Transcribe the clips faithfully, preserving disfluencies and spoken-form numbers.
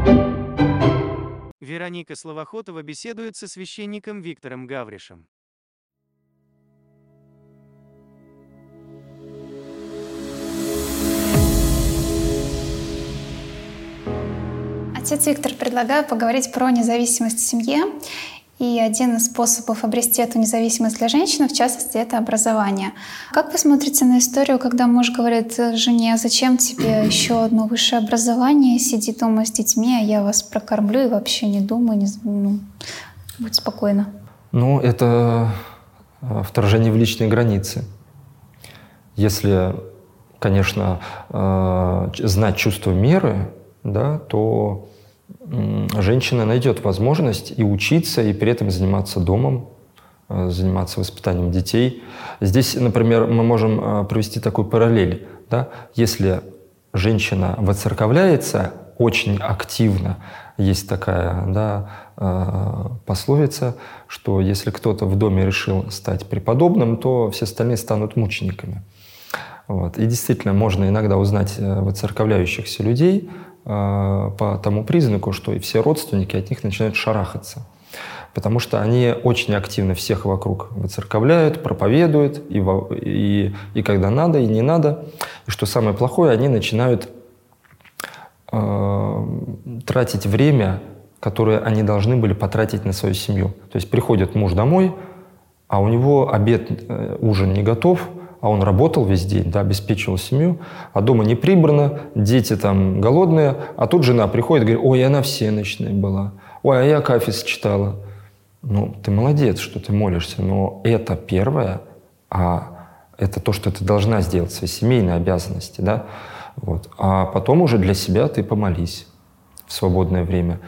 Вероника Словохотова беседует со священником Виктором Гавришем. Отец Виктор, предлагаю поговорить про независимость в семье. И один из способов обрести эту независимость для женщины, в частности, это образование. Как вы смотрите на историю, когда муж говорит жене: зачем тебе еще одно высшее образование, сиди дома с детьми, а я вас прокормлю и вообще не думаю, не, ну, будь спокойна. Ну, это вторжение в личные границы. Если, конечно, знать чувство меры, да, то женщина найдет возможность и учиться, и при этом заниматься домом, заниматься воспитанием детей. Здесь, например, мы можем провести такую параллель. Да? Если женщина воцерковляется очень активно, есть такая, да, пословица, что если кто-то в доме решил стать преподобным, то все остальные станут мучениками. Вот. И действительно, можно иногда узнать воцерковляющихся людей по тому признаку, что и все родственники от них начинают шарахаться. Потому что они очень активно всех вокруг воцерковляют, проповедуют, и, и, и когда надо, и не надо. И что самое плохое, они начинают э, тратить время, которое они должны были потратить на свою семью. То есть приходит муж домой, а у него обед, э, ужин не готов, а он работал весь день, да, обеспечивал семью, а дома не прибрано, дети там голодные, а тут жена приходит и говорит: ой, она всенощная была, ой, а я кафес читала. Ну, ты молодец, что ты молишься, но это первое, а это то, что ты должна сделать, свои семейные обязанности, да, вот. А потом уже для себя ты помолись в свободное время.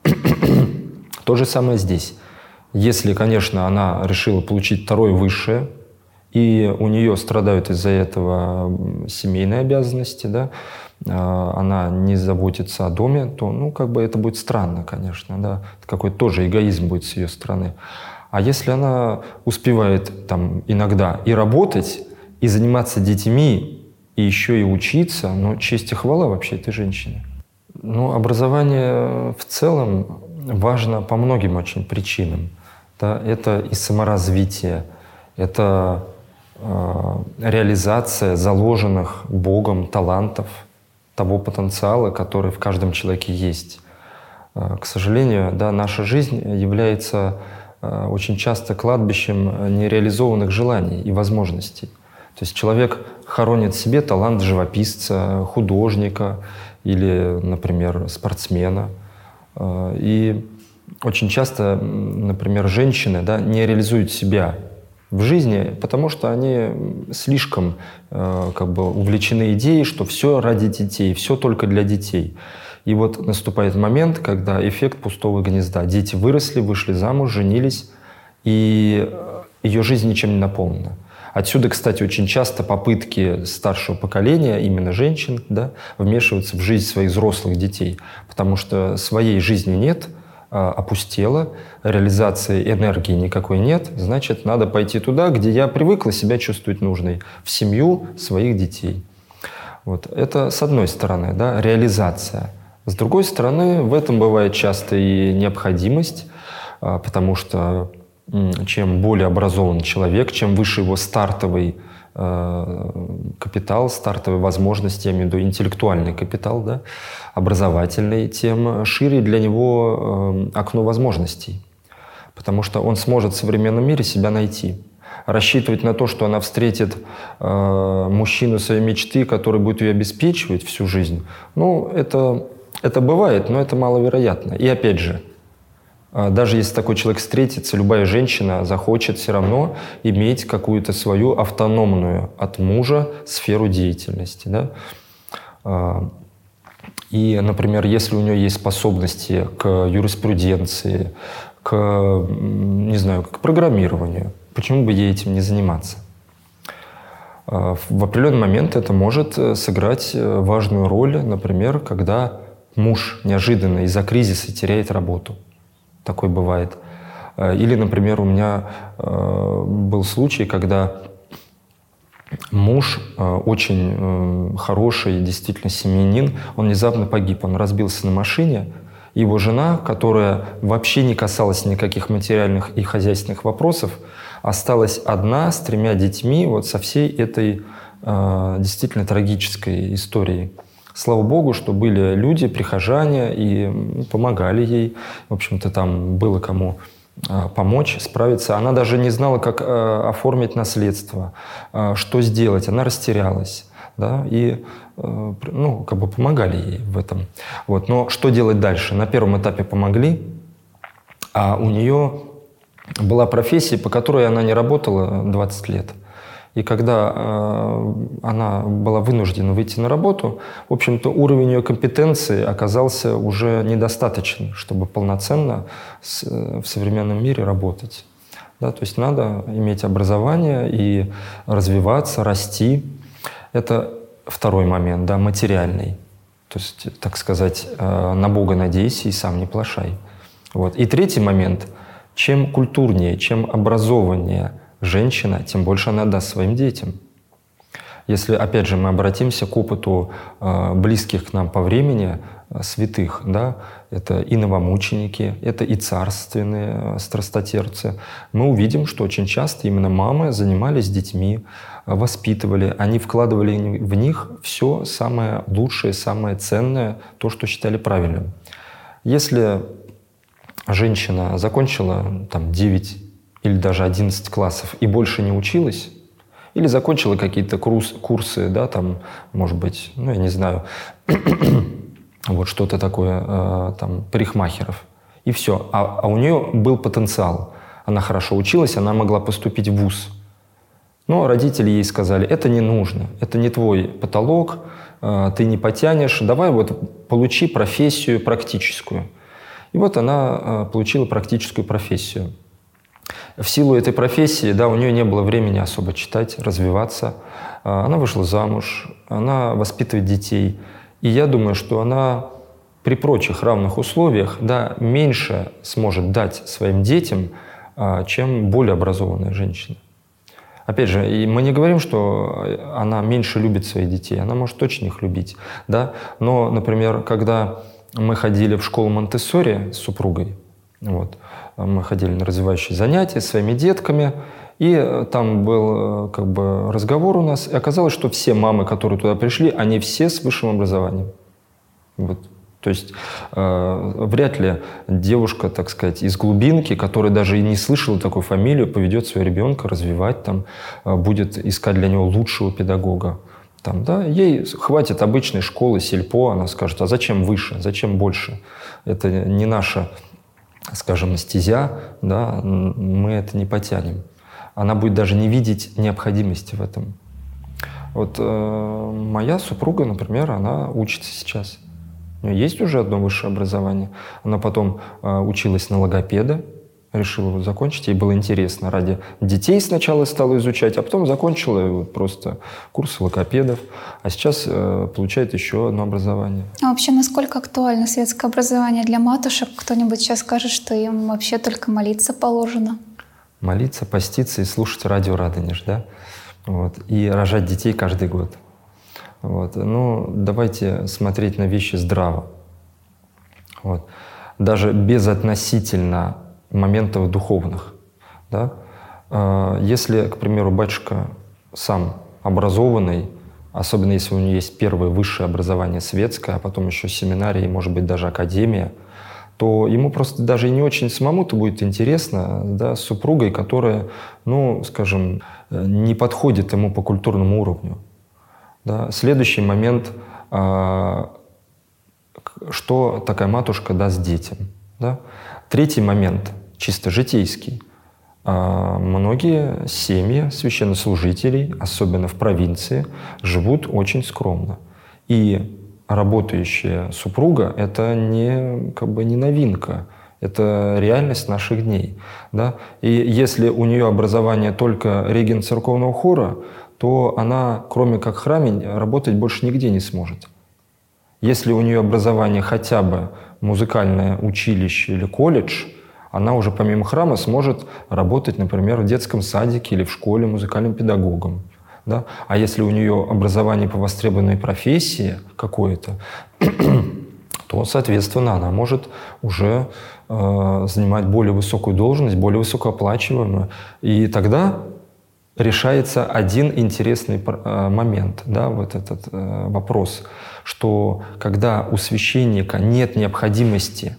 То же самое здесь. Если, конечно, она решила получить второе высшее, и у нее страдают из-за этого семейные обязанности, да, она не заботится о доме, то, ну, как бы это будет странно, конечно, да, какой-то тоже эгоизм будет с ее стороны. А если она успевает там иногда и работать, и заниматься детьми, и еще и учиться, ну, честь и хвала вообще этой женщине. Ну, образование в целом важно по многим очень причинам. Да, это и саморазвитие, это реализация заложенных Богом талантов, того потенциала, который в каждом человеке есть. К сожалению, да, наша жизнь является очень часто кладбищем нереализованных желаний и возможностей. То есть человек хоронит в себе талант живописца, художника или, например, спортсмена. И очень часто, например, женщины, да, не реализуют себя в жизни, потому что они слишком э, как бы увлечены идеей, что все ради детей, все только для детей. И вот наступает момент, когда эффект пустого гнезда. Дети выросли, вышли замуж, женились, и ее жизнь ничем не наполнена. Отсюда, кстати, очень часто попытки старшего поколения, именно женщин, да, вмешиваться в жизнь своих взрослых детей, потому что своей жизни нет, опустела, реализации энергии никакой нет, значит, надо пойти туда, где я привыкла себя чувствовать нужной, в семью своих детей. Вот. Это с одной стороны, да, реализация. С другой стороны, в этом бывает часто и необходимость, потому что чем более образован человек, чем выше его стартовый капитал, стартовые возможности, я имею в виду интеллектуальный капитал, да, образовательный, тем шире для него окно возможностей. Потому что он сможет в современном мире себя найти. Рассчитывать на то, что она встретит э, мужчину своей мечты, который будет ее обеспечивать всю жизнь, ну, это, это бывает, но это маловероятно. И опять же, даже если такой человек встретится, любая женщина захочет все равно иметь какую-то свою автономную от мужа сферу деятельности. Да? И, например, если у нее есть способности к юриспруденции, к, не знаю, к программированию, почему бы ей этим не заниматься? В определенный момент это может сыграть важную роль, например, когда муж неожиданно из-за кризиса теряет работу. Такое бывает. Или, например, у меня э, был случай, когда муж, э, очень э, хороший, действительно семьянин, он внезапно погиб. Он разбился на машине, Его жена, которая вообще не касалась никаких материальных и хозяйственных вопросов, осталась одна с тремя детьми вот со всей этой э, действительно трагической историей. Слава Богу, что были люди, прихожане, и помогали ей. В общем-то, там было кому э, помочь, справиться. Она даже не знала, как э, оформить наследство, э, что сделать. Она растерялась. Да, и э, ну, как бы помогали ей в этом. Вот. Но что делать дальше? На первом этапе помогли, а у нее была профессия, по которой она не работала двадцать лет. И когда э, она была вынуждена выйти на работу, в общем-то, уровень ее компетенции оказался уже недостаточен, чтобы полноценно с, в современном мире работать. Да, то есть надо иметь образование и развиваться, расти. Это второй момент, да, материальный. То есть, так сказать, на Бога надейся и сам не плашай. Вот. И третий момент. Чем культурнее, чем образованнее женщина, тем больше она даст своим детям. Если, опять же, мы обратимся к опыту близких к нам по времени святых, да, это и новомученики, это и царственные страстотерпцы, мы увидим, что очень часто именно мамы занимались детьми, воспитывали, они вкладывали в них все самое лучшее, самое ценное, то, что считали правильным. Если женщина закончила там, девять или даже одиннадцать классов и больше не училась, или закончила какие-то курс, курсы, да, там, может быть, ну, я не знаю, вот что-то такое, э, там, парикмахеров, и все. А, а у нее был потенциал. Она хорошо училась, она могла поступить в вуз. Но родители ей сказали, это не нужно, это не твой потолок, э, ты не потянешь, давай вот получи профессию практическую. И вот она э, получила практическую профессию. В силу этой профессии, да, у нее не было времени особо читать, развиваться. Она вышла замуж, она воспитывает детей. И я думаю, что она при прочих равных условиях, да, меньше сможет дать своим детям, чем более образованная женщина. Опять же, и мы не говорим, что она меньше любит своих детей, она может очень их любить. Да? Но, например, когда мы ходили в школу Монтессори с супругой, вот, мы ходили на развивающие занятия с своими детками, и там был как бы разговор у нас, и оказалось, что все мамы, которые туда пришли, они все с высшим образованием. Вот. То есть э, вряд ли девушка, так сказать, из глубинки, которая даже и не слышала такую фамилию, поведет своего ребенка развивать, там, э, будет искать для него лучшего педагога. Там, да, ей хватит обычной школы, сельпо, она скажет, а зачем выше, зачем больше? Это не наша, скажем, стезя, да, мы это не потянем. Она будет даже не видеть необходимости в этом. Вот э, моя супруга, например, она учится сейчас. У нее есть уже одно высшее образование. Она потом э, училась на логопеда, решила его закончить. Ей было интересно. Ради детей сначала стала изучать, а потом закончила вот, просто курсы логопедов. А сейчас э, получает еще одно образование. А вообще, насколько актуально светское образование для матушек? Кто-нибудь сейчас скажет, что им вообще только молиться положено? Молиться, поститься и слушать радио «Радонеж», да? Вот. И рожать детей каждый год. Вот. Ну, давайте смотреть на вещи здраво. Вот. Даже безотносительно моментов духовных. Да? Если, к примеру, батюшка сам образованный, особенно если у него есть первое высшее образование светское, а потом еще семинария, может быть, даже академия, то ему просто даже и не очень самому-то будет интересно, да, с супругой, которая, ну, скажем, не подходит ему по культурному уровню. Да. Следующий момент, а, что такая матушка даст детям. Да. Третий момент, чисто житейский. А, многие семьи священнослужителей, особенно в провинции, живут очень скромно. И работающая супруга — это не, как бы не новинка, это реальность наших дней. Да? И если у нее образование только регент церковного хора, то она, кроме как в храме, работать больше нигде не сможет. Если у нее образование хотя бы музыкальное училище или колледж, она уже помимо храма сможет работать, например, в детском садике или в школе музыкальным педагогом. Да? А если у нее образование по востребованной профессии какое-то, то, соответственно, она может уже э, занимать более высокую должность, более высокооплачиваемую. И тогда решается один интересный э, момент, да, вот этот э, вопрос, что когда у священника нет необходимости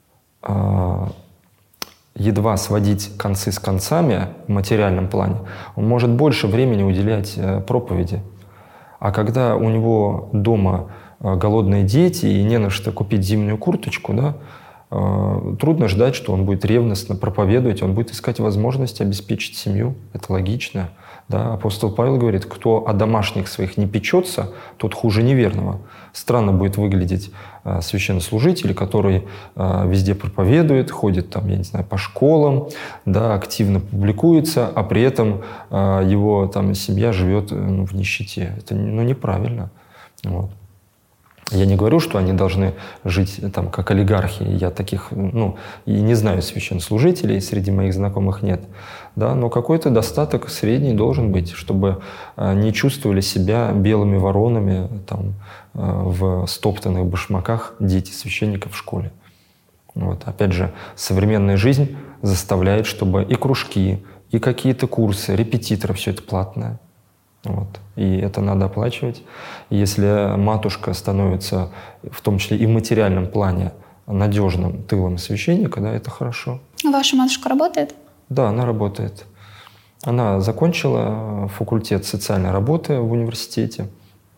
э, едва сводить концы с концами в материальном плане, он может больше времени уделять э, проповеди. А когда у него дома голодные дети и не на что купить зимнюю курточку, да, трудно ждать, что он будет ревностно проповедовать, он будет искать возможность обеспечить семью. Это логично. Да? Апостол Павел говорит, кто о домашних своих не печется, тот хуже неверного. Странно будет выглядеть священнослужитель, который везде проповедует, ходит там, я не знаю, по школам, да, активно публикуется, а при этом его там семья живет, ну, в нищете. Это, ну, неправильно. Вот. Я не говорю, что они должны жить там как олигархи. Я таких, ну, и не знаю священнослужителей, среди моих знакомых нет. Да, но какой-то достаток средний должен быть, чтобы не чувствовали себя белыми воронами там, в стоптанных башмаках дети священников в школе. Вот. Опять же, современная жизнь заставляет, чтобы и кружки, и какие-то курсы, репетиторы, все это платное. Вот. И это надо оплачивать. И если матушка становится, в том числе и в материальном плане, надежным тылом священника, да, это хорошо. Ваша матушка работает? Да, она работает. Она закончила факультет социальной работы в университете.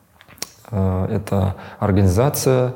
Это организация,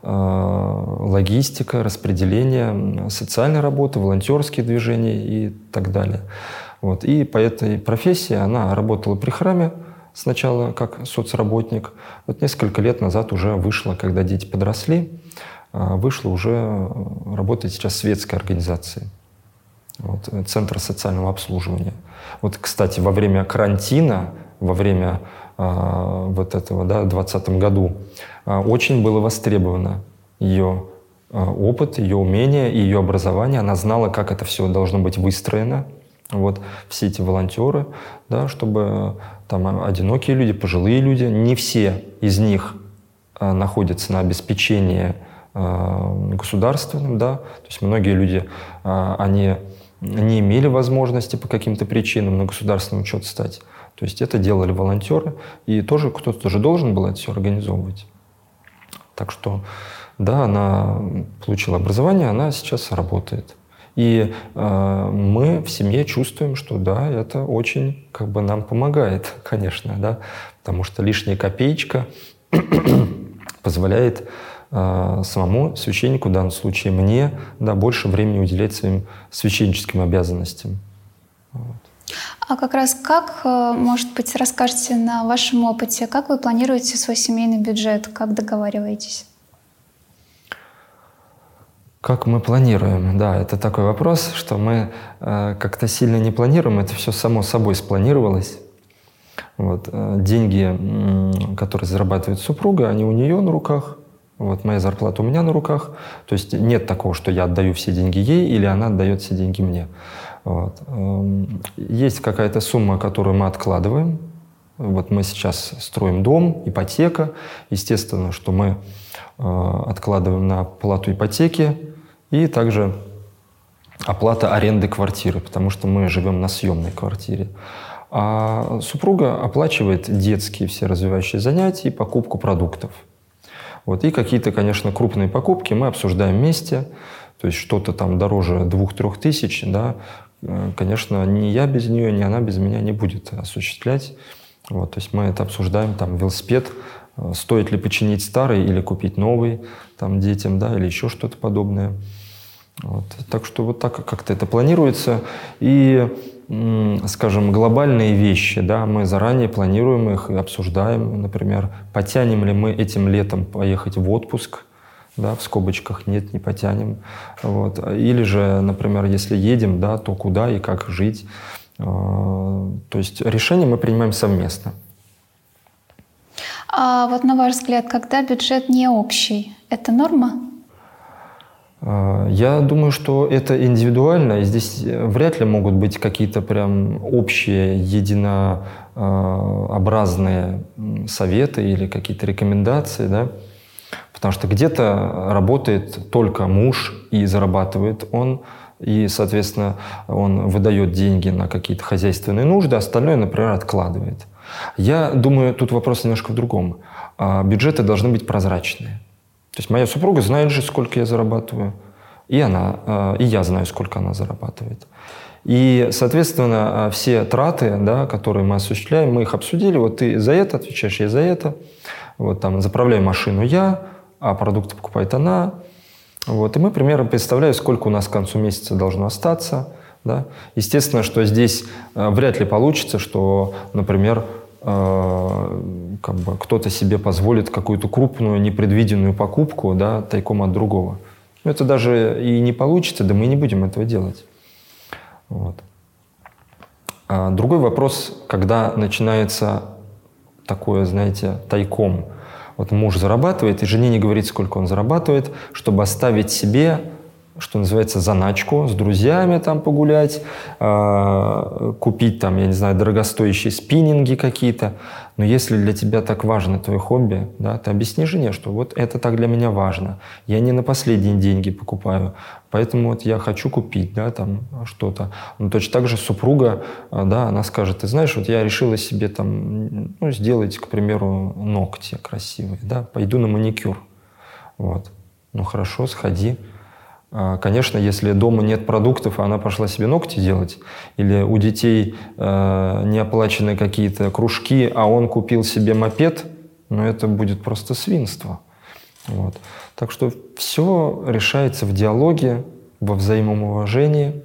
логистика, распределение социальной работы, волонтерские движения и так далее. Вот. И по этой профессии она работала при храме сначала как соцработник. Вот несколько лет назад уже вышла, когда дети подросли, вышла уже работать сейчас в светской организации. Вот, Центр социального обслуживания. Вот, кстати, во время карантина, во время а, вот этого, да, в двадцатом году, а, очень было востребовано ее а, опыт, ее умение и ее образование. Она знала, как это все должно быть выстроено. Вот, все эти волонтеры, да, чтобы там одинокие люди, пожилые люди, не все из них а, находятся на обеспечении а, государственном, да, то есть многие люди, а, они не имели возможности по каким-то причинам на государственный учет стать. То есть это делали волонтеры, и тоже кто-то тоже должен был это все организовывать. Так что, да, она получила образование, она сейчас работает. И э, мы в семье чувствуем, что да, это очень как бы нам помогает, конечно, да, потому что лишняя копеечка позволяет э, самому священнику, в данном случае мне, да, больше времени уделять своим священническим обязанностям. Вот. А как раз как, может быть, расскажете на вашем опыте, как вы планируете свой семейный бюджет, как договариваетесь? Как мы планируем? Да, это такой вопрос, что мы э, как-то сильно не планируем, это все само собой спланировалось. Вот. Э, деньги, э, которые зарабатывает супруга, они у нее на руках, вот, моя зарплата у меня на руках. То есть нет такого, что я отдаю все деньги ей или она отдает все деньги мне. Вот. Э, есть какая-то сумма, которую мы откладываем. Вот мы сейчас строим дом, ипотека. Естественно, что мы э, откладываем на оплату ипотеки и также оплата аренды квартиры, потому что мы живем на съемной квартире. А супруга оплачивает детские все развивающие занятия и покупку продуктов. Вот. И какие-то, конечно, крупные покупки мы обсуждаем вместе. То есть что-то там дороже двух-трех тысяч, да, конечно, ни я без нее, ни она без меня не будет осуществлять. Вот, то есть мы это обсуждаем, там, велосипед, стоит ли починить старый или купить новый там, детям, да, или еще что-то подобное. Вот. Так что вот так как-то это планируется. И, скажем, глобальные вещи, да, мы заранее планируем их и обсуждаем. Например, потянем ли мы этим летом поехать в отпуск, да, в скобочках нет, не потянем. Вот. Или же, например, если едем, да, то куда и как жить. То есть решение мы принимаем совместно. А вот на ваш взгляд, когда бюджет не общий, это норма? Я думаю, что это индивидуально, и здесь вряд ли могут быть какие-то прям общие, единообразные советы или какие-то рекомендации, да? Потому что где-то работает только муж и зарабатывает он, и, соответственно, он выдает деньги на какие-то хозяйственные нужды, остальное, например, откладывает. Я думаю, тут вопрос немножко в другом. Бюджеты должны быть прозрачные. То есть моя супруга знает же, сколько я зарабатываю, и она, и я знаю, сколько она зарабатывает. И, соответственно, все траты, да, которые мы осуществляем, мы их обсудили. Вот ты за это отвечаешь, я за это. Вот там заправляю машину я, а продукты покупает она. Вот, и мы примерно представляем, сколько у нас к концу месяца должно остаться. Да. Естественно, что здесь э, вряд ли получится, что, например, э, как бы кто-то себе позволит какую-то крупную непредвиденную покупку, да, тайком от другого. Но это даже и не получится, да мы не будем этого делать. Вот. А другой вопрос, когда начинается такое, знаете, тайком. Вот муж зарабатывает, и жене не говорит, сколько он зарабатывает, чтобы оставить себе, что называется, заначку, с друзьями там погулять, э, купить там, я не знаю, дорогостоящие спиннинги какие-то. Но если для тебя так важно твое хобби, да, ты объясни жене, что вот это так для меня важно. Я не на последние деньги покупаю, поэтому вот я хочу купить, да, там что-то. Но точно так же супруга, да, она скажет, ты знаешь, вот я решила себе там, ну, сделать, к примеру, ногти красивые, да, пойду на маникюр. Вот. Ну хорошо, сходи. Конечно, если дома нет продуктов, а она пошла себе ногти делать, или у детей э, не оплачены какие-то кружки, а он купил себе мопед, ну это будет просто свинство. Вот. Так что все решается в диалоге, во взаимоуважении,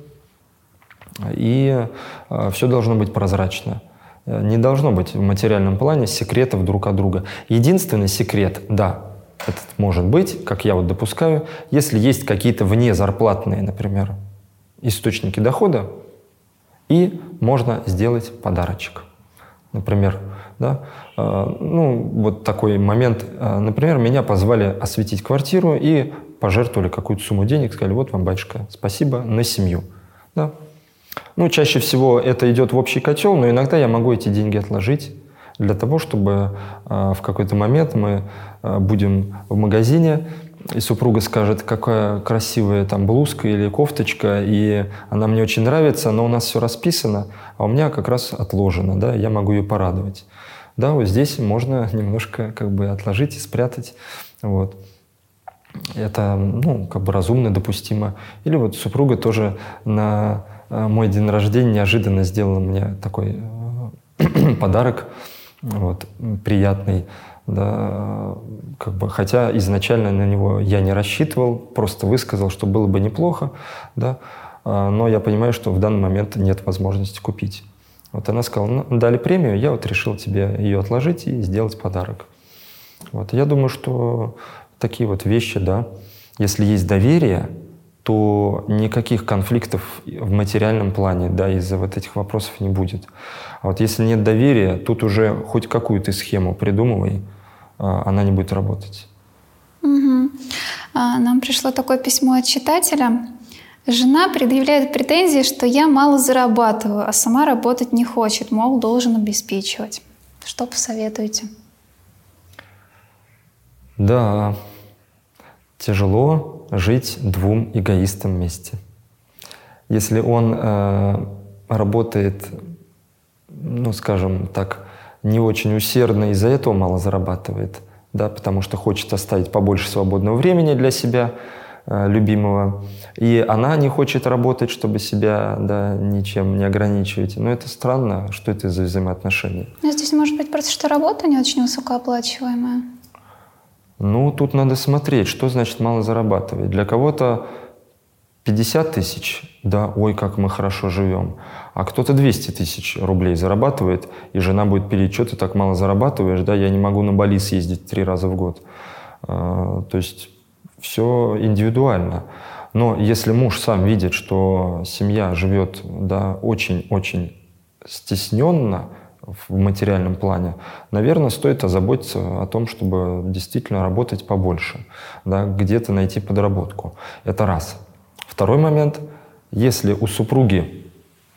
и э, все должно быть прозрачно. Не должно быть в материальном плане секретов друг от друга. Единственный секрет, да, этот может быть, как я вот допускаю, если есть какие-то внезарплатные, например, источники дохода, и можно сделать подарочек. Например, да, э, ну, вот такой момент. Э, например, меня позвали осветить квартиру и пожертвовали какую-то сумму денег, сказали, вот вам, батюшка, спасибо на семью. Да. Ну, чаще всего это идет в общий котел, но иногда я могу эти деньги отложить для того, чтобы э, в какой-то момент мы э, будем в магазине, и супруга скажет, какая красивая там блузка или кофточка, и она мне очень нравится, но у нас все расписано, а у меня как раз отложено, да, я могу ее порадовать. Да, вот здесь можно немножко как бы отложить и спрятать. Вот. Это, ну, как бы разумно, допустимо. Или вот супруга тоже на мой день рождения неожиданно сделала мне такой подарок, вот, приятный, да, как бы, хотя изначально на него я не рассчитывал, просто высказал, что было бы неплохо, да, но я понимаю, что в данный момент нет возможности купить. Вот она сказала, ну, дали премию, я вот решил тебе ее отложить и сделать подарок. Вот, я думаю, что такие вот вещи, да, если есть доверие, то никаких конфликтов в материальном плане, да, из-за вот этих вопросов не будет. А вот если нет доверия, тут уже хоть какую-то схему придумывай, она не будет работать. Угу. Нам пришло такое письмо от читателя. Жена предъявляет претензии, что я мало зарабатываю, а сама работать не хочет, мол, должен обеспечивать. Что посоветуете? Да, тяжело жить двум эгоистам вместе. Если он э, работает, ну, скажем так, не очень усердно, из-за этого мало зарабатывает, да, потому что хочет оставить побольше свободного времени для себя, э, любимого, и она не хочет работать, чтобы себя, да, ничем не ограничивать. Но это странно, что это за взаимоотношения. Но здесь может быть просто, что работа не очень высокооплачиваемая. Ну, тут надо смотреть, что значит мало зарабатывать. Для кого-то пятьдесят тысяч, да, ой, как мы хорошо живем. А кто-то двести тысяч рублей зарабатывает, и жена будет пилить, что ты так мало зарабатываешь, да, я не могу на Бали съездить три раза в год. А, то есть все индивидуально. Но если муж сам видит, что семья живет, да, очень-очень стесненно, в материальном плане, наверное, стоит озаботиться о том, чтобы действительно работать побольше, да, где-то найти подработку. Это раз. Второй момент. Если у супруги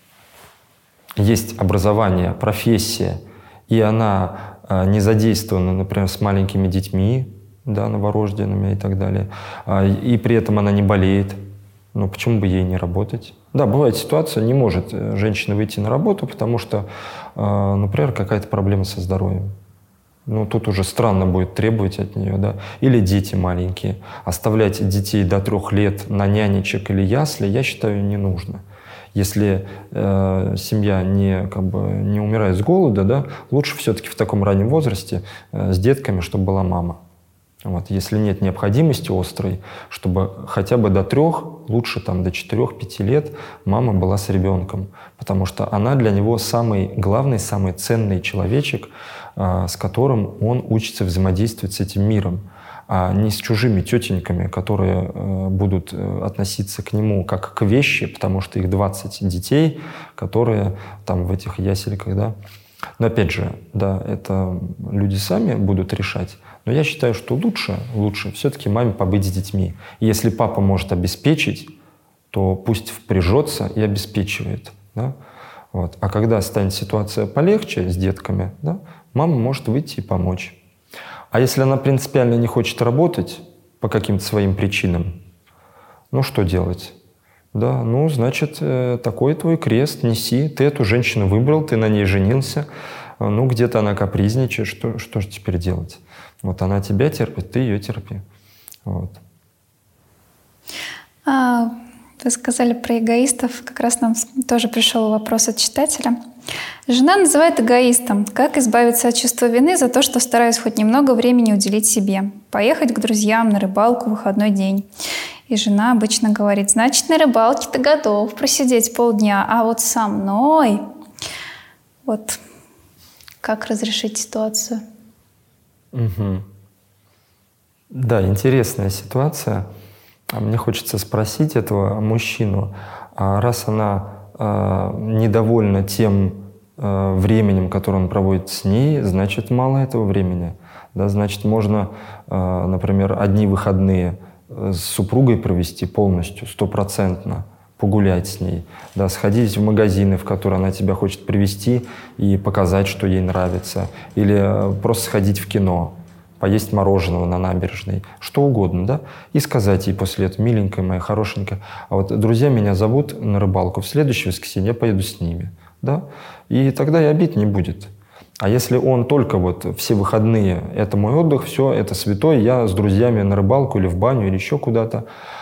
есть образование, профессия, и она не задействована, например, с маленькими детьми, да, новорожденными и так далее, а, и при этом она не болеет, ну почему бы ей не работать? Да, бывает ситуация, не может женщина выйти на работу, потому что, э, например, какая-то проблема со здоровьем. Ну, тут уже странно будет требовать от нее, да. Или дети маленькие. Оставлять детей до трех лет на нянечек или ясли, я считаю, не нужно. Если э, семья не, как бы, не умирает с голода, да, лучше все-таки в таком раннем возрасте э, с детками, чтобы была мама. Вот. Если нет необходимости острой, чтобы хотя бы до трех, лучше там до четырех-пяти лет мама была с ребенком, потому что она для него самый главный, самый ценный человечек, э, с которым он учится взаимодействовать с этим миром, а не с чужими тетеньками, которые э, будут э, относиться к нему как к вещи, потому что их двадцать детей, которые там в этих ясельках, да. Но опять же, да, это люди сами будут решать. Но я считаю, что лучше, лучше все-таки маме побыть с детьми. И если папа может обеспечить, то пусть впряжется и обеспечивает. Да? Вот. А когда станет ситуация полегче с детками, да, мама может выйти и помочь. А если она принципиально не хочет работать по каким-то своим причинам, ну что делать? Да, ну, значит, такой твой крест, неси. Ты эту женщину выбрал, ты на ней женился. Ну, где-то она капризничает. Что, что же теперь делать? Вот она тебя терпит, ты ее терпи. Вот. А, вы сказали про эгоистов. Как раз нам тоже пришел вопрос от читателя. Жена называет эгоистом. Как избавиться от чувства вины за то, что стараюсь хоть немного времени уделить себе? Поехать к друзьям на рыбалку в выходной день. И жена обычно говорит: значит, на рыбалке ты готов просидеть полдня, а вот со мной... Вот как разрешить ситуацию? Угу. Да, интересная ситуация. Мне хочется спросить этого мужчину, а раз она э, недовольна тем э, временем, которое он проводит с ней, значит, мало этого времени. Да, значит, можно, э, например, одни выходные с супругой провести полностью, стопроцентно, погулять с ней, да, сходить в магазины, в которые она тебя хочет привести и показать, что ей нравится, или просто сходить в кино, поесть мороженого на набережной, что угодно, да, и сказать ей после этого: миленькая моя, хорошенькая, а вот друзья меня зовут на рыбалку, в следующее воскресенье я поеду с ними, да, и тогда и обид не будет. А если он только вот все выходные, это мой отдых, все, это святой, я с друзьями на рыбалку или в баню или еще куда-то,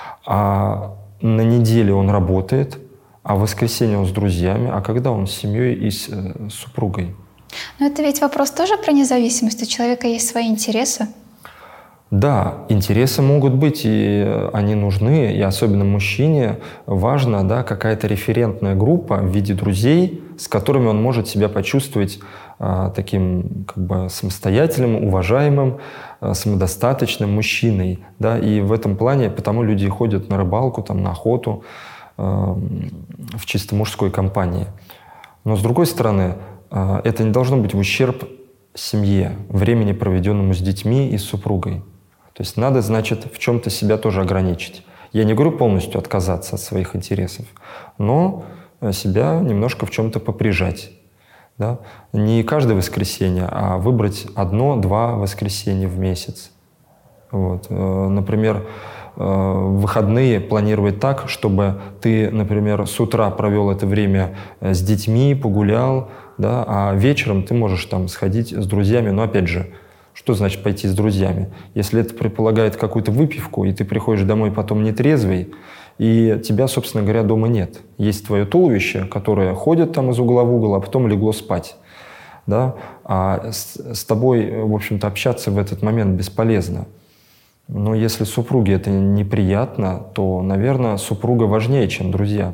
а на неделе он работает, а в воскресенье он с друзьями, а когда он с семьей и с, с супругой? Но это ведь вопрос тоже про независимость. У человека есть свои интересы. Да, интересы могут быть, и они нужны, и особенно мужчине важна, да, какая-то референтная группа в виде друзей, с которыми он может себя почувствовать а, таким как бы самостоятельным, уважаемым, а, самодостаточным мужчиной. Да, и в этом плане потому люди ходят на рыбалку, там, на охоту а, в чисто мужской компании. Но с другой стороны, а, это не должно быть в ущерб семье, времени, проведенному с детьми и с супругой. То есть надо, значит, в чем-то себя тоже ограничить. Я не говорю полностью отказаться от своих интересов, но себя немножко в чем-то поприжать. Да? Не каждое воскресенье, а выбрать одно-два воскресенья в месяц. Вот. Например, в выходные планировать так, чтобы ты, например, с утра провел это время с детьми, погулял, да, а вечером ты можешь там сходить с друзьями, но опять же, что значит пойти с друзьями? Если это предполагает какую-то выпивку, и ты приходишь домой потом нетрезвый, и тебя, собственно говоря, дома нет. Есть твое туловище, которое ходит там из угла в угол, а потом легло спать. Да? А с, с тобой, в общем-то, общаться в этот момент бесполезно. Но если супруге это неприятно, то, наверное, супруга важнее, чем друзья.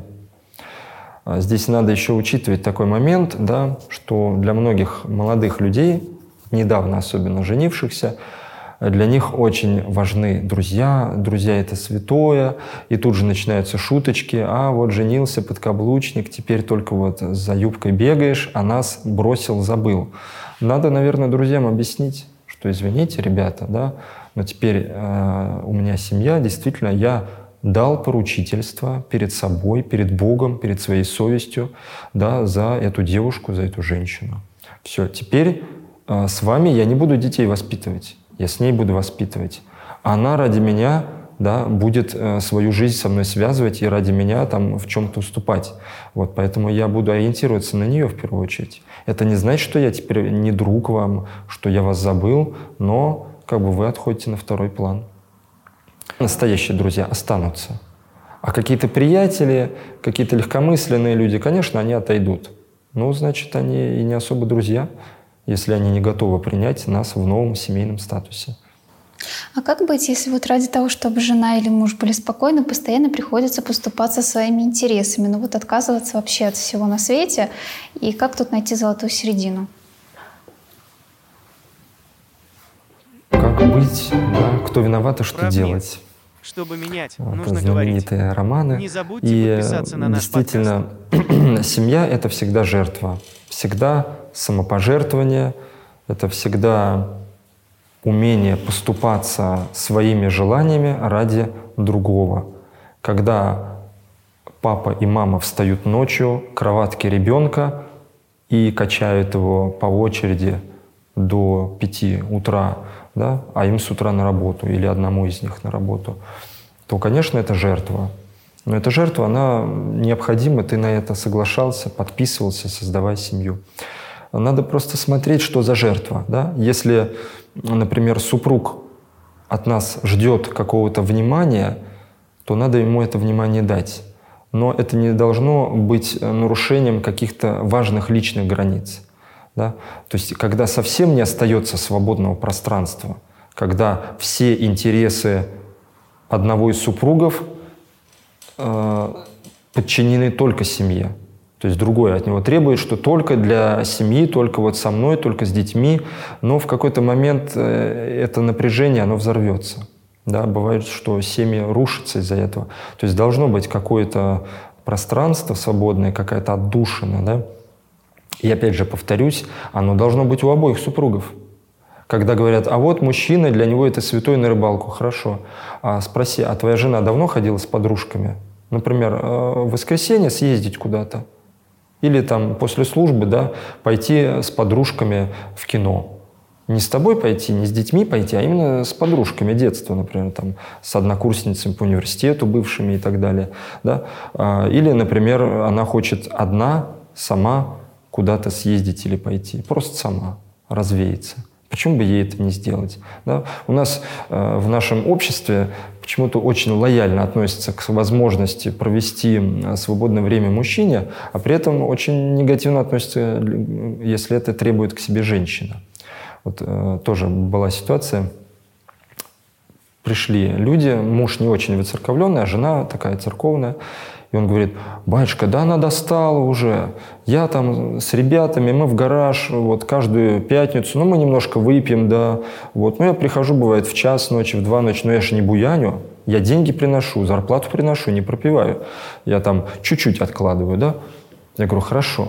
Здесь надо еще учитывать такой момент, да, что для многих молодых людей, недавно особенно женившихся, для них очень важны друзья. Друзья — это святое. И тут же начинаются шуточки. А вот женился подкаблучник, теперь только вот за юбкой бегаешь, а нас бросил, забыл. Надо, наверное, друзьям объяснить, что извините, ребята, да, но теперь э, у меня семья, действительно, я дал поручительство перед собой, перед Богом, перед своей совестью, да, за эту девушку, за эту женщину. Все, теперь с вами я не буду детей воспитывать. я с ней буду воспитывать. Она ради меня, да, будет э, свою жизнь со мной связывать и ради меня там в чем-то уступать. Вот, поэтому я буду ориентироваться на нее в первую очередь. Это не значит, что я теперь не друг вам, что я вас забыл, но как бы вы отходите на второй план. Настоящие друзья останутся. А какие-то приятели, какие-то легкомысленные люди, конечно, они отойдут. Ну, значит, они и не особо друзья, если они не готовы принять нас в новом семейном статусе. А как быть, если вот ради того, чтобы жена или муж были спокойны, постоянно приходится поступаться своими интересами, ну вот отказываться вообще от всего на свете, и как тут найти золотую середину? Как быть, да, кто виноват и что Прав нет. делать? Чтобы менять, Это нужно говорить. знаменитые романы. Не забудьте И подписаться на наш действительно, семья — это всегда жертва, всегда самопожертвование, это всегда умение поступаться своими желаниями ради другого. Когда папа и мама встают ночью к кроватке ребенка и качают его по очереди до пяти утра, да, а им с утра на работу или одному из них на работу, то, конечно, это жертва. Но эта жертва, она необходима, ты на это соглашался, подписывался, создавая семью. Надо просто смотреть, что за жертва. Да? Если, например, супруг от нас ждет какого-то внимания, то надо ему это внимание дать. Но это не должно быть нарушением каких-то важных личных границ. Да? То есть когда совсем не остается свободного пространства, когда все интересы одного из супругов э, подчинены только семье. То есть другой от него требует, что только для семьи, только вот со мной, только с детьми. Но в какой-то момент э, это напряжение, оно взорвется. Да? Бывает, что семьи рушатся из-за этого. То есть должно быть какое-то пространство свободное, какая-то отдушина, да? И опять же повторюсь, оно должно быть у обоих супругов. Когда говорят, а вот мужчина, для него это святой на рыбалку, хорошо. А спроси, а твоя жена давно ходила с подружками? Например, в воскресенье съездить куда-то. Или там после службы, да, пойти с подружками в кино. Не с тобой пойти, не с детьми пойти, а именно с подружками детства, например, там, с однокурсницами по университету бывшими и так далее. Да? Или, например, она хочет одна, сама, куда-то съездить или пойти. Просто сама развеяться. Почему бы ей это не сделать? Да? У нас э, в нашем обществе почему-то очень лояльно относятся к возможности провести свободное время мужчине, а при этом очень негативно относятся, если это требует к себе женщина. Вот э, тоже была ситуация. Пришли люди, муж не очень выцерковленный, а жена такая церковная. И он говорит, батюшка, да она достала уже. Я там с ребятами, мы в гараж вот каждую пятницу, ну мы немножко выпьем, да. Вот. Ну я прихожу, бывает, в час ночи, в два ночи, но я же не буяню. Я деньги приношу, зарплату приношу, не пропиваю. Я там чуть-чуть откладываю, да. Я говорю, хорошо.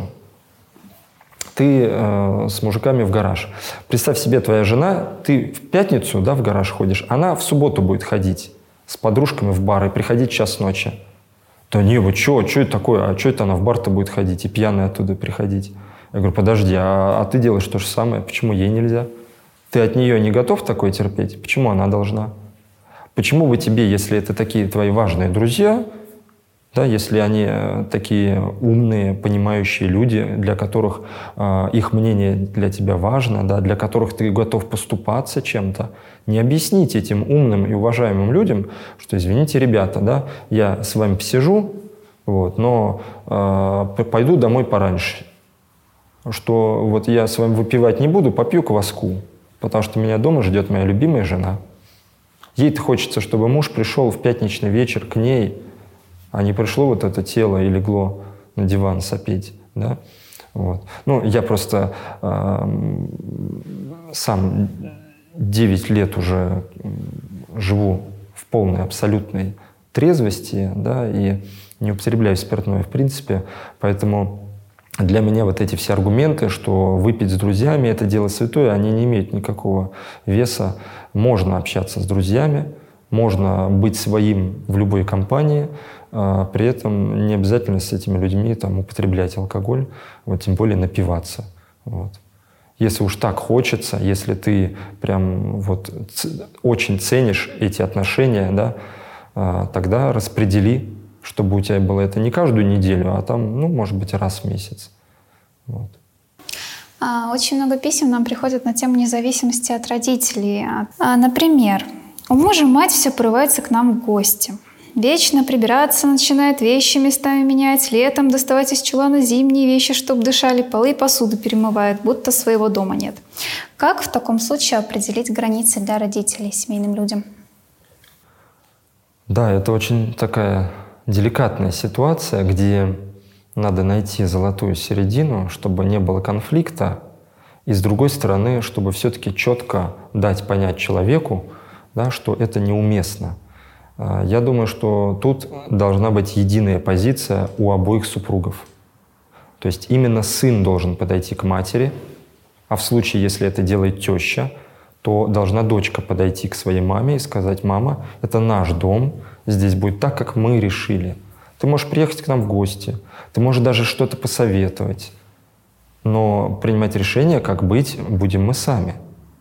Ты э, с мужиками в гараж. Представь себе, твоя жена, ты в пятницу, да, в гараж ходишь, она в субботу будет ходить с подружками в бар и приходить в час ночи. Да не, вы что, что это такое? А что это она в бар-то будет ходить и пьяная оттуда приходить? Я говорю, подожди, а, а ты делаешь то же самое, почему ей нельзя? Ты от нее не готов такое терпеть? Почему она должна? Почему бы тебе, если это такие твои важные друзья, да, если они такие умные, понимающие люди, для которых э, их мнение для тебя важно, да, для которых ты готов поступаться чем-то, не объяснить этим умным и уважаемым людям, что, извините, ребята, да, я с вами посижу, вот, но э, пойду домой пораньше, что вот я с вами выпивать не буду, попью кваску, потому что меня дома ждет моя любимая жена. Ей-то хочется, чтобы муж пришел в пятничный вечер к ней, а не пришло вот это тело и легло на диван сопеть. Да? Вот. Ну, я просто э, сам девять лет уже живу в полной абсолютной трезвости, да, и не употребляю спиртное в принципе, поэтому для меня вот эти все аргументы, что выпить с друзьями — это дело святое, они не имеют никакого веса. Можно общаться с друзьями, можно быть своим в любой компании, а при этом не обязательно с этими людьми там, употреблять алкоголь, вот, тем более напиваться. Вот. Если уж так хочется, если ты прям вот очень ценишь эти отношения, да, тогда распредели, чтобы у тебя было это не каждую неделю, а там, ну, может быть, раз в месяц. Вот. Очень много писем нам приходят на тему независимости от родителей. Например, у мужа мать все порывается к нам в гости. Вечно прибираться начинает, вещи местами менять, летом доставать из чулана зимние вещи, чтобы дышали, полы и посуду перемывает, будто своего дома нет. Как в таком случае определить границы для родителей семейным людям? Да, это очень такая деликатная ситуация, где надо найти золотую середину, чтобы не было конфликта, и с другой стороны, чтобы все-таки четко дать понять человеку, да, что это неуместно. Я думаю, что тут должна быть единая позиция у обоих супругов. То есть именно сын должен подойти к матери, а в случае, если это делает теща, то должна дочка подойти к своей маме и сказать: «Мама, это наш дом, здесь будет так, как мы решили. Ты можешь приехать к нам в гости, ты можешь даже что-то посоветовать, но принимать решение, как быть, будем мы сами».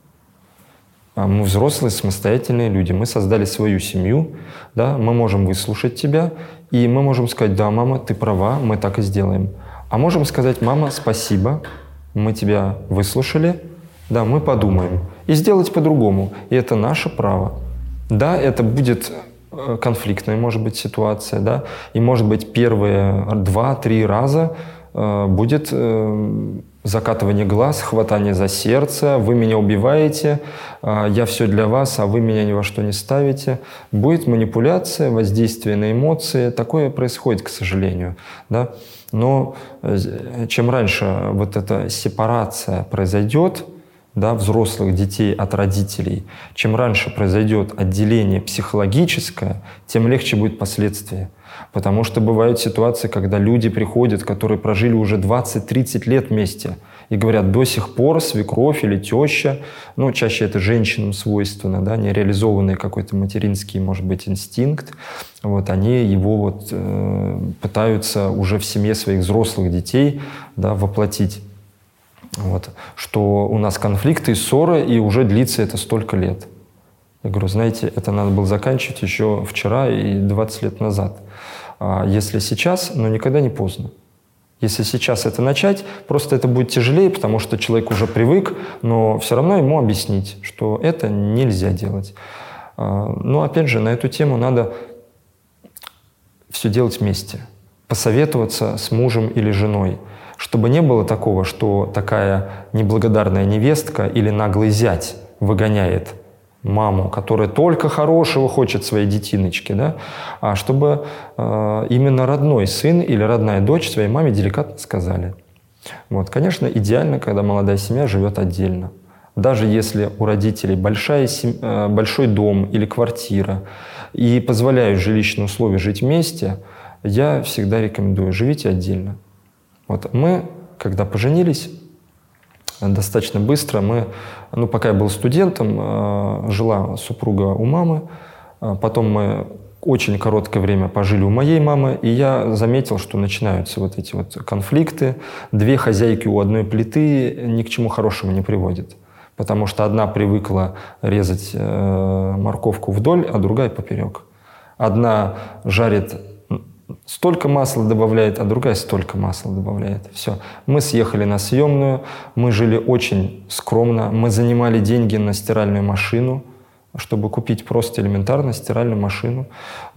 Мы взрослые, самостоятельные люди, мы создали свою семью, да, мы можем выслушать тебя, и мы можем сказать: «Да, мама, ты права, мы так и сделаем». А можем сказать: «Мама, спасибо, мы тебя выслушали, да, мы подумаем». И сделать по-другому, и это наше право. Да, это будет конфликтная, может быть, ситуация, да, и, может быть, первые два-три раза э, будет э, закатывание глаз, хватание за сердце, вы меня убиваете, я все для вас, а вы меня ни во что не ставите. Будет манипуляция, воздействие на эмоции. Такое происходит, к сожалению. Да? Но чем раньше вот эта сепарация произойдет, да, взрослых детей от родителей, чем раньше произойдет отделение психологическое, тем легче будет последствия. Потому что бывают ситуации, когда люди приходят, которые прожили уже двадцать-тридцать лет вместе, и говорят: до сих пор свекровь или теща, ну, чаще это женщинам свойственно, да, нереализованный какой-то материнский, может быть, инстинкт, вот, они его вот, э, пытаются уже в семье своих взрослых детей, да, воплотить. Вот, что у нас конфликты и ссоры, и уже длится это столько лет. Я говорю: знаете, это надо было заканчивать еще вчера и двадцать лет назад. А если сейчас, ну никогда не поздно. Если сейчас это начать, просто это будет тяжелее, потому что человек уже привык, но все равно ему объяснить, что это нельзя делать. Но опять же, на эту тему надо все делать вместе. Посоветоваться с мужем или женой, чтобы не было такого, что такая неблагодарная невестка или наглый зять выгоняет маму, которая только хорошего хочет своей детиночке, да? А чтобы э, именно родной сын или родная дочь своей маме деликатно сказали. Вот. Конечно, идеально, когда молодая семья живет отдельно. Даже если у родителей большая семь... э, большой дом или квартира и позволяют жилищные условия жить вместе, я всегда рекомендую: живите отдельно. Вот. Мы, когда поженились, достаточно быстро мы, ну, пока я был студентом, жила супруга у мамы, потом мы очень короткое время пожили у моей мамы, и я заметил, что начинаются вот эти вот конфликты. Две хозяйки у одной плиты ни к чему хорошему не приводят, потому что одна привыкла резать морковку вдоль, а другая поперек. Одна жарит, столько масла добавляет, а другая столько масла добавляет. Все. Мы съехали на съемную, мы жили очень скромно, мы занимали деньги на стиральную машину, чтобы купить просто элементарно стиральную машину,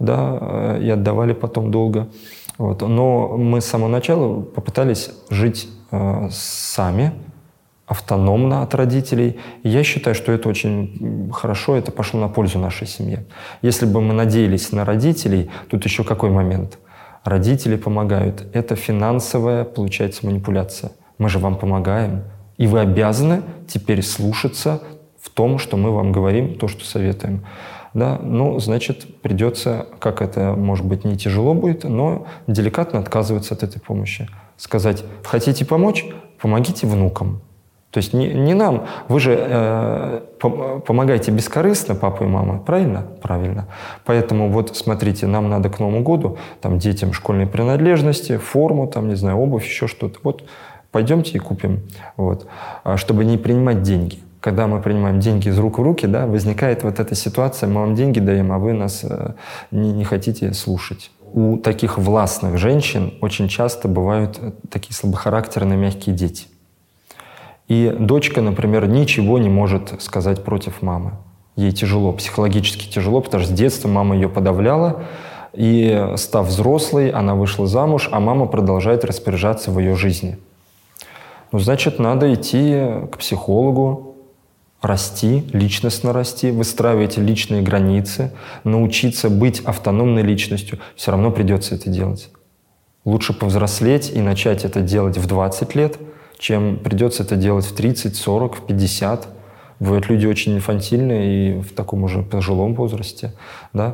да, и отдавали потом долго. Вот. Но мы с самого начала попытались жить э, сами, автономно от родителей. И я считаю, что это очень хорошо, это пошло на пользу нашей семье. Если бы мы надеялись на родителей, тут еще какой момент? Родители помогают. Это финансовая, получается, манипуляция. Мы же вам помогаем, и вы обязаны теперь слушаться в том, что мы вам говорим, то, что советуем. Да? Ну, значит, придется, как это, может быть, не тяжело будет, но деликатно отказываться от этой помощи. Сказать: хотите помочь? Помогите внукам. То есть не, не нам. Вы же э, помогаете бескорыстно, папа и мама, правильно? Правильно. Поэтому вот смотрите, нам надо к Новому году там, детям школьные принадлежности, форму, там, не знаю, обувь, еще что-то. Вот Пойдемте и купим. Вот. Чтобы не принимать деньги. Когда мы принимаем деньги из рук в руки, да, возникает вот эта ситуация, мы вам деньги даем, а вы нас не, не хотите слушать. У таких властных женщин очень часто бывают такие слабохарактерные мягкие дети. И дочка, например, ничего не может сказать против мамы. Ей тяжело, психологически тяжело, потому что с детства мама ее подавляла, и став взрослой, она вышла замуж, а мама продолжает распоряжаться в ее жизни. Ну, значит, надо идти к психологу, расти, личностно расти, выстраивать личные границы, научиться быть автономной личностью. Все равно придется это делать. Лучше повзрослеть и начать это делать в двадцать лет, чем придется это делать в тридцать, сорок, в пятьдесят. Бывают люди очень инфантильные и в таком уже пожилом возрасте. Да?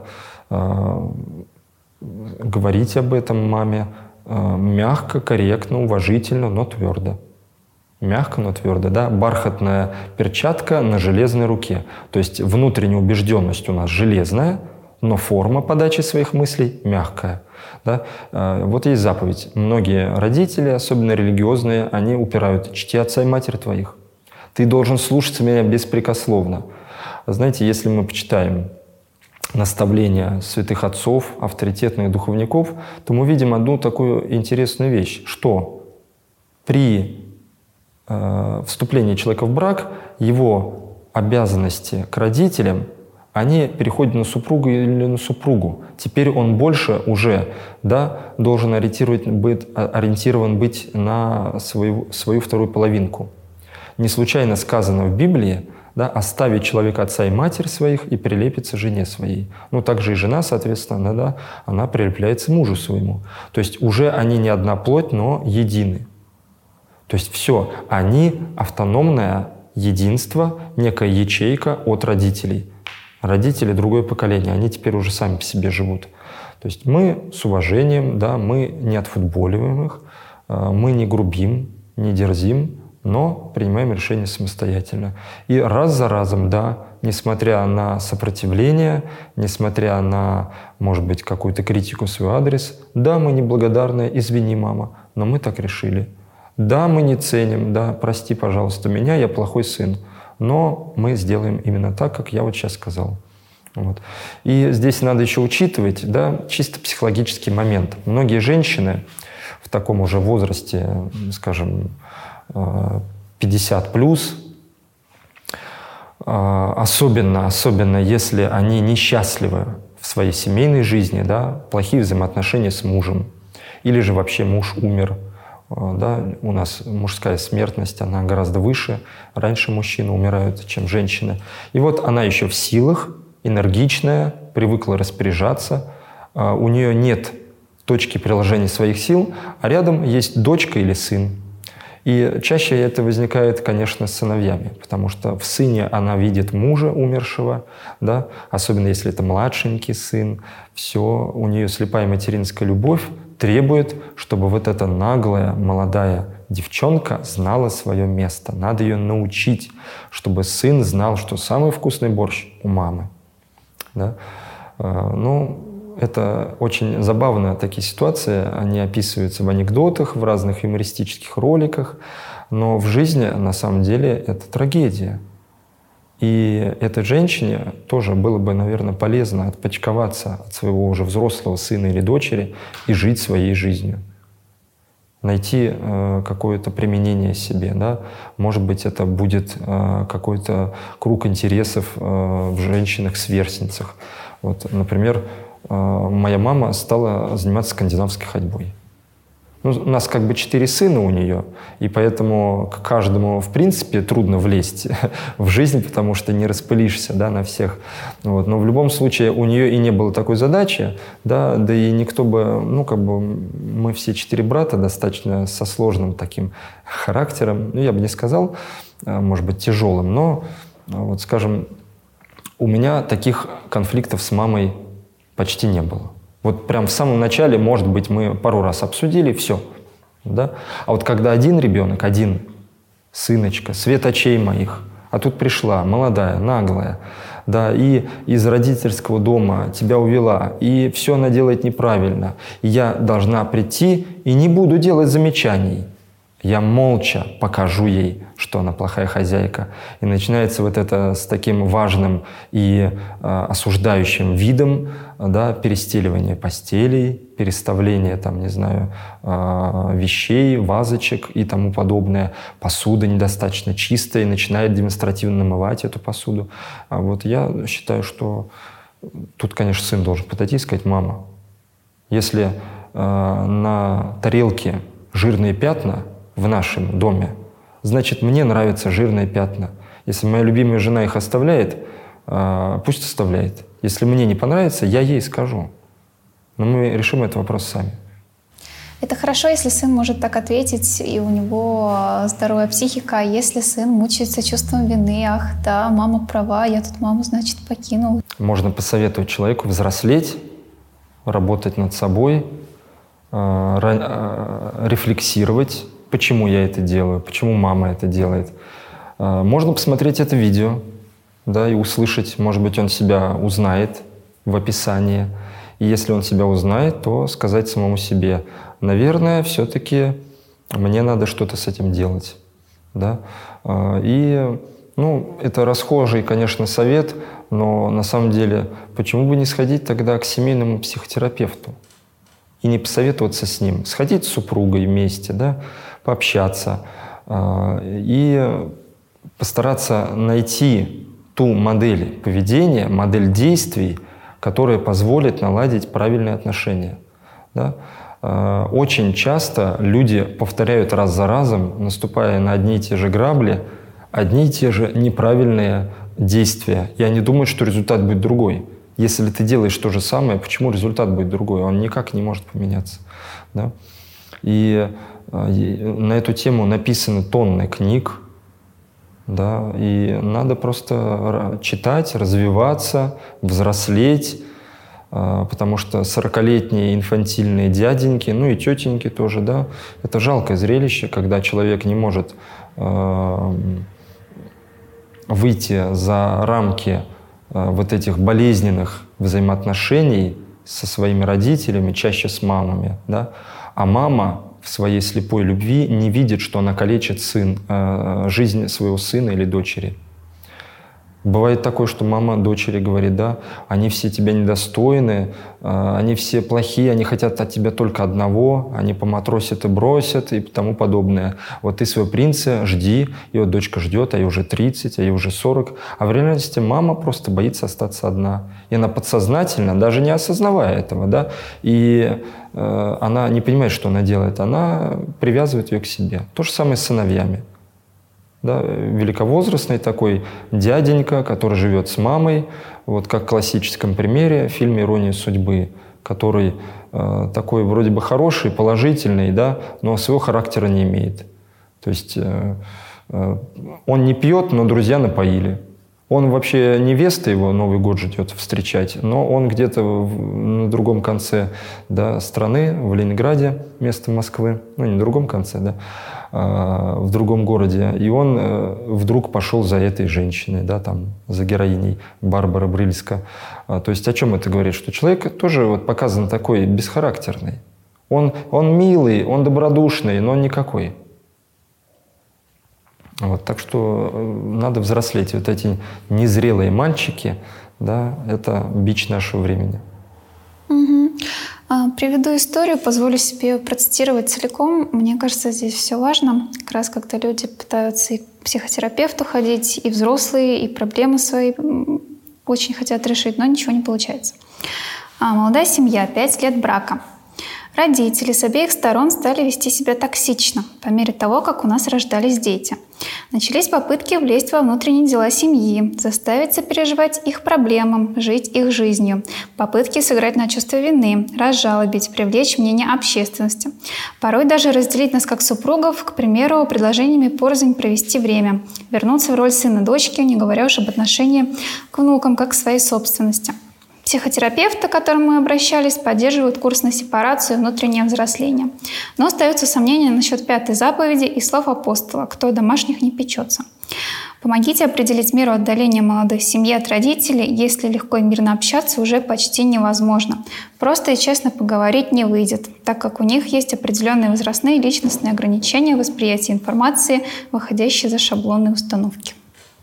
Говорить об этом маме мягко, корректно, уважительно, но твердо. Мягко, но твердо. Да? Бархатная перчатка на железной руке. То есть внутренняя убежденность у нас железная, но форма подачи своих мыслей мягкая. Да? Вот есть заповедь. Многие родители, особенно религиозные, они упирают: «Чти отца и матерь твоих». Ты должен слушаться меня беспрекословно. Знаете, если мы почитаем наставления святых отцов, авторитетных духовников, то мы видим одну такую интересную вещь, что при э, вступлении человека в брак его обязанности к родителям, они переходят на супругу или на супругу. Теперь он больше уже, да, должен быть, ориентирован быть на свою, свою вторую половинку. Не случайно сказано в Библии, да, оставить человека отца и матерь своих и прилепиться жене своей. Ну, также и жена, соответственно, да, она прилепляется мужу своему. То есть уже они не одна плоть, но едины. То есть все, они автономное единство, некая ячейка от родителей. Родители — другое поколение, они теперь уже сами по себе живут. То есть мы с уважением, да, мы не отфутболиваем их, мы не грубим, не дерзим, но принимаем решения самостоятельно. И раз за разом, да, несмотря на сопротивление, несмотря на, может быть, какую-то критику в свой адрес, да, мы неблагодарны, извини, мама, но мы так решили. Да, мы не ценим, да, прости, пожалуйста, меня, я плохой сын, но мы сделаем именно так, как я вот сейчас сказал. Вот. И здесь надо еще учитывать, да, чисто психологический момент. Многие женщины в таком уже возрасте, скажем, пятьдесят плюс, особенно, особенно если они несчастливы в своей семейной жизни, да, плохие взаимоотношения с мужем, или же вообще муж умер. Да, у нас мужская смертность, она гораздо выше. Раньше мужчины умирают, чем женщины. И вот она еще в силах, энергичная, привыкла распоряжаться. У нее нет точки приложения своих сил, а рядом есть дочка или сын. И чаще это возникает, конечно, с сыновьями, потому что в сыне она видит мужа умершего, да, особенно если это младшенький сын. Все, у нее слепая материнская любовь требует, чтобы вот эта наглая молодая девчонка знала свое место. Надо ее научить, чтобы сын знал, что самый вкусный борщ у мамы. Да? Ну, это очень забавно, такие ситуации, они описываются в анекдотах, в разных юмористических роликах, но в жизни на самом деле это трагедия. И этой женщине тоже было бы, наверное, полезно отпочковаться от своего уже взрослого сына или дочери и жить своей жизнью. Найти э, какое-то применение себе. Да? Может быть, это будет э, какой-то круг интересов э, в женщинах-сверстницах. Вот, например, э, моя мама стала заниматься скандинавской ходьбой. Ну, у нас как бы четыре сына у нее, и поэтому к каждому, в принципе, трудно влезть в жизнь, потому что не распылишься, да, на всех. Вот. Но в любом случае у нее и не было такой задачи, да, да и никто бы, ну, как бы мы все четыре брата достаточно со сложным таким характером, ну, я бы не сказал, может быть, тяжелым, но, вот, скажем, у меня таких конфликтов с мамой почти не было. Вот прям в самом начале, может быть, мы пару раз обсудили, все. Да? А вот когда один ребенок, один сыночка, свет очей моих, а тут пришла молодая, наглая, да, и из родительского дома тебя увела, и все она делает неправильно, и я должна прийти и не буду делать замечаний. Я молча покажу ей, что она плохая хозяйка. И начинается вот это с таким важным и э, осуждающим видом, да, перестеливание постелей, переставление, там, не знаю, э, вещей, вазочек и тому подобное. Посуда недостаточно чистая, и начинает демонстративно намывать эту посуду. А вот я считаю, что тут, конечно, сын должен подойти и сказать: мама, если э, на тарелке жирные пятна в нашем доме, значит, мне нравятся жирные пятна. Если моя любимая жена их оставляет, э, пусть оставляет. Если мне не понравится, я ей скажу. Но мы решим этот вопрос сами. Это хорошо, если сын может так ответить, и у него здоровая психика. А если сын мучается чувством вины: ах, да, мама права, я тут маму, значит, покинул. Можно посоветовать человеку взрослеть, работать над собой, э, э, рефлексировать, почему я это делаю, почему мама это делает. Э, можно посмотреть это видео, да, и услышать, может быть, он себя узнает в описании. И если он себя узнает, то сказать самому себе: наверное, все-таки мне надо что-то с этим делать. Да? И ну, это расхожий, конечно, совет, но на самом деле почему бы не сходить тогда к семейному психотерапевту и не посоветоваться с ним? Сходить с супругой вместе, да? Пообщаться и постараться найти ту модель поведения, модель действий, которая позволит наладить правильные отношения. Да? Очень часто люди повторяют раз за разом, наступая на одни и те же грабли, одни и те же неправильные действия. И они думают, что результат будет другой. Если ты делаешь то же самое, почему результат будет другой? Он никак не может поменяться. Да? И на эту тему написаны тонны книг. Да, и надо просто читать, развиваться, взрослеть, потому что сорокалетние инфантильные дяденьки, ну и тетеньки тоже, да, это жалкое зрелище, когда человек не может э, выйти за рамки э, вот этих болезненных взаимоотношений со своими родителями, чаще с мамами, да, а мама в своей слепой любви не видит, что она калечит сын, э, жизнь своего сына или дочери. Бывает такое, что мама дочери говорит: да, они все тебя недостойны, э, они все плохие, они хотят от тебя только одного, они поматросят и бросят и тому подобное. Вот ты своего принца жди, и вот дочка ждет, а ей уже тридцать, а ей уже сорок. А в реальности мама просто боится остаться одна. И она подсознательно, даже не осознавая этого, да, и э, она не понимает, что она делает, она привязывает ее к себе. То же самое с сыновьями. Да, великовозрастный такой дяденька, который живет с мамой, вот как в классическом примере в фильме «Ирония судьбы», который э, такой вроде бы хороший, положительный, да, но своего характера не имеет. То есть э, э, он не пьет, но друзья напоили. Он вообще, невеста его Новый год ждет встречать, но он где-то на другом конце, да, страны, в Ленинграде, место Москвы, ну не на другом конце, да, а в другом городе, и он э, вдруг пошел за этой женщиной, да, там, за героиней Барбара Брыльска. А, то есть о чем это говорит? Что человек тоже вот показан такой бесхарактерный. Он, он милый, он добродушный, но он никакой. Вот, так что надо взрослеть. Вот эти незрелые мальчики, да, это бич нашего времени. Угу. А, приведу историю, позволю себе процитировать целиком. Мне кажется, здесь все важно. Как раз когда люди пытаются и к психотерапевту ходить, и взрослые, и проблемы свои очень хотят решить, но ничего не получается. А, молодая семья, пять лет брака. Родители с обеих сторон стали вести себя токсично по мере того, как у нас рождались дети. Начались попытки влезть во внутренние дела семьи, заставить сопереживать их проблемам, жить их жизнью, попытки сыграть на чувство вины, разжалобить, привлечь мнение общественности. Порой даже разделить нас как супругов, к примеру, предложениями порознь провести время, вернуться в роль сына-дочки, не говоря уж об отношении к внукам как к своей собственности. Психотерапевты, к которым мы обращались, поддерживают курс на сепарацию и внутреннее взросление. Но остаются сомнения насчет пятой заповеди и слов апостола: «Кто домашних не печется». Помогите определить меру отдаления молодой семьи от родителей, если легко и мирно общаться уже почти невозможно. Просто и честно поговорить не выйдет, так как у них есть определенные возрастные и личностные ограничения восприятия информации, выходящие за шаблонные установки.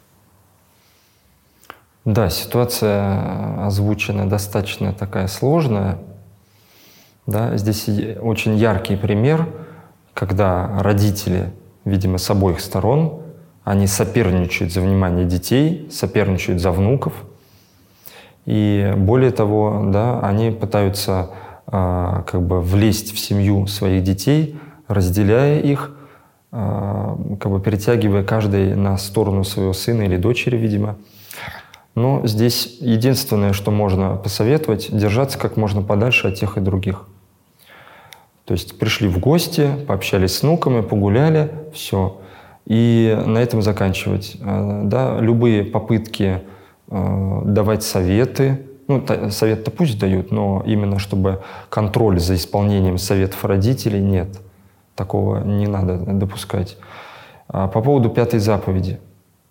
Да, ситуация озвучена достаточно такая сложная. Да, здесь очень яркий пример, когда родители, видимо, с обоих сторон, они соперничают за внимание детей, соперничают за внуков. И более того, да, они пытаются э, как бы влезть в семью своих детей, разделяя их, э, как бы перетягивая каждый на сторону своего сына или дочери, видимо. Но здесь единственное, что можно посоветовать, держаться как можно подальше от тех и других. То есть пришли в гости, пообщались с внуками, погуляли, все. И на этом заканчивать. Да, любые попытки э, давать советы, ну, совет-то пусть дают, но именно чтобы контроль за исполнением советов родителей нет. Такого не надо допускать. А по поводу пятой заповеди.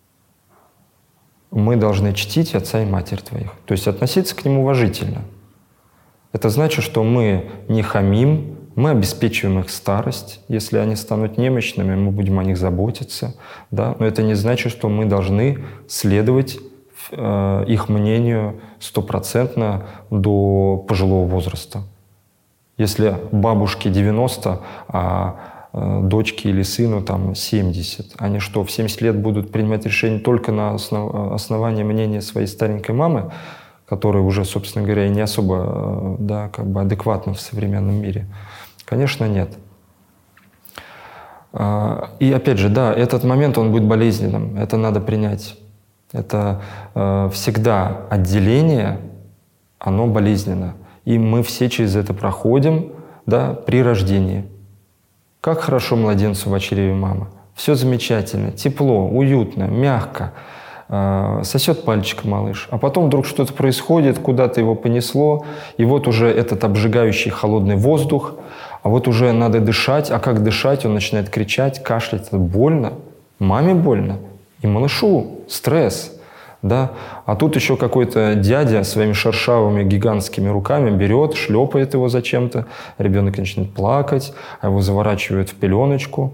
Мы должны чтить отца и матерь твоих. То есть относиться к ним уважительно. Это значит, что мы не хамим, мы обеспечиваем их старость. Если они станут немощными, мы будем о них заботиться. Да? Но это не значит, что мы должны следовать э, их мнению стопроцентно до пожилого возраста. Если бабушке девяносто, а э, дочке или сыну там семьдесят, они что, в семьдесят лет будут принимать решения только на основ, основании мнения своей старенькой мамы, которая уже, собственно говоря, и не особо да, как бы адекватна в современном мире? Конечно, нет. И опять же, да, этот момент, он будет болезненным, это надо принять. Это э, всегда отделение, оно болезненно. И мы все через это проходим, да, при рождении. Как хорошо младенцу в чреве мамы. Все замечательно, тепло, уютно, мягко. Э, сосет пальчик малыш. А потом вдруг что-то происходит, куда-то его понесло, и вот уже этот обжигающий холодный воздух, а вот уже надо дышать, а как дышать? Он начинает кричать, кашлять. Это больно. Маме больно. И малышу стресс. Да? А тут еще какой-то дядя своими шершавыми гигантскими руками берет, шлепает его зачем-то. Ребенок начинает плакать, а его заворачивают в пеленочку.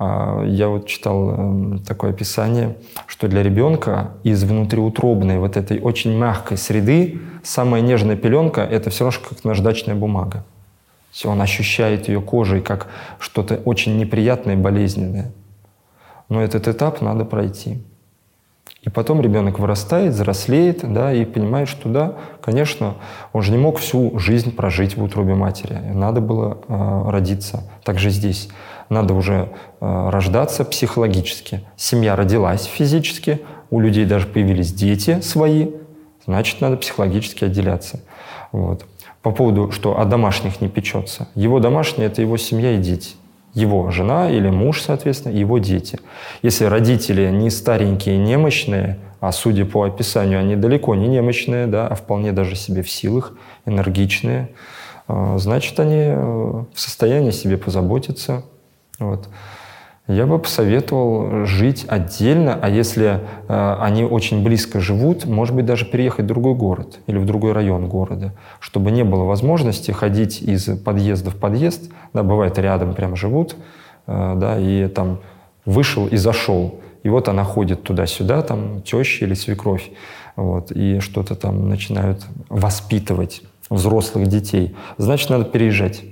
Я вот читал такое описание, что для ребенка из внутриутробной вот этой очень мягкой среды самая нежная пеленка — это все равно как наждачная бумага. Все, он ощущает ее кожей как что-то очень неприятное и болезненное. Но этот этап надо пройти. И потом ребенок вырастает, взрослеет, да, и понимает, что да, конечно, он же не мог всю жизнь прожить в утробе матери. Надо было э, родиться. Также здесь надо уже э, рождаться психологически. Семья родилась физически, у людей даже появились дети свои, значит, надо психологически отделяться. Вот. По поводу, что о домашних не печется. Его домашние — это его семья и дети. Его жена или муж, соответственно, его дети. Если родители не старенькие, немощные, а судя по описанию, они далеко не немощные, да, а вполне даже себе в силах, энергичные, значит, они в состоянии себе позаботиться. Вот. Я бы посоветовал жить отдельно, а если э, они очень близко живут, может быть, даже переехать в другой город или в другой район города, чтобы не было возможности ходить из подъезда в подъезд. Да, бывает, рядом прям живут, э, да, и там вышел и зашел. И вот она ходит туда-сюда, там теща или свекровь, вот, и что-то там начинают воспитывать взрослых детей. Значит, надо переезжать.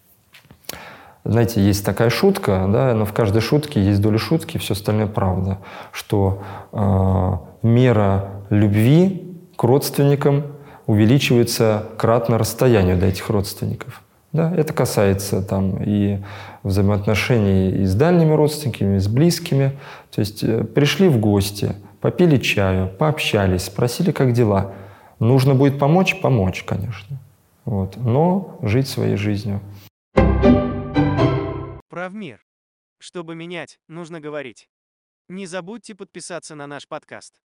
Знаете, есть такая шутка, да, но в каждой шутке есть доля шутки, все остальное правда, что э, мера любви к родственникам увеличивается кратно расстоянию до этих родственников. Да, это касается там и взаимоотношений и с дальними родственниками, и с близкими. То есть э, пришли в гости, попили чаю, пообщались, спросили, как дела. Нужно будет помочь? Помочь, конечно. Вот. Но жить своей жизнью. Правмир. Чтобы менять, нужно говорить. Не забудьте подписаться на наш подкаст.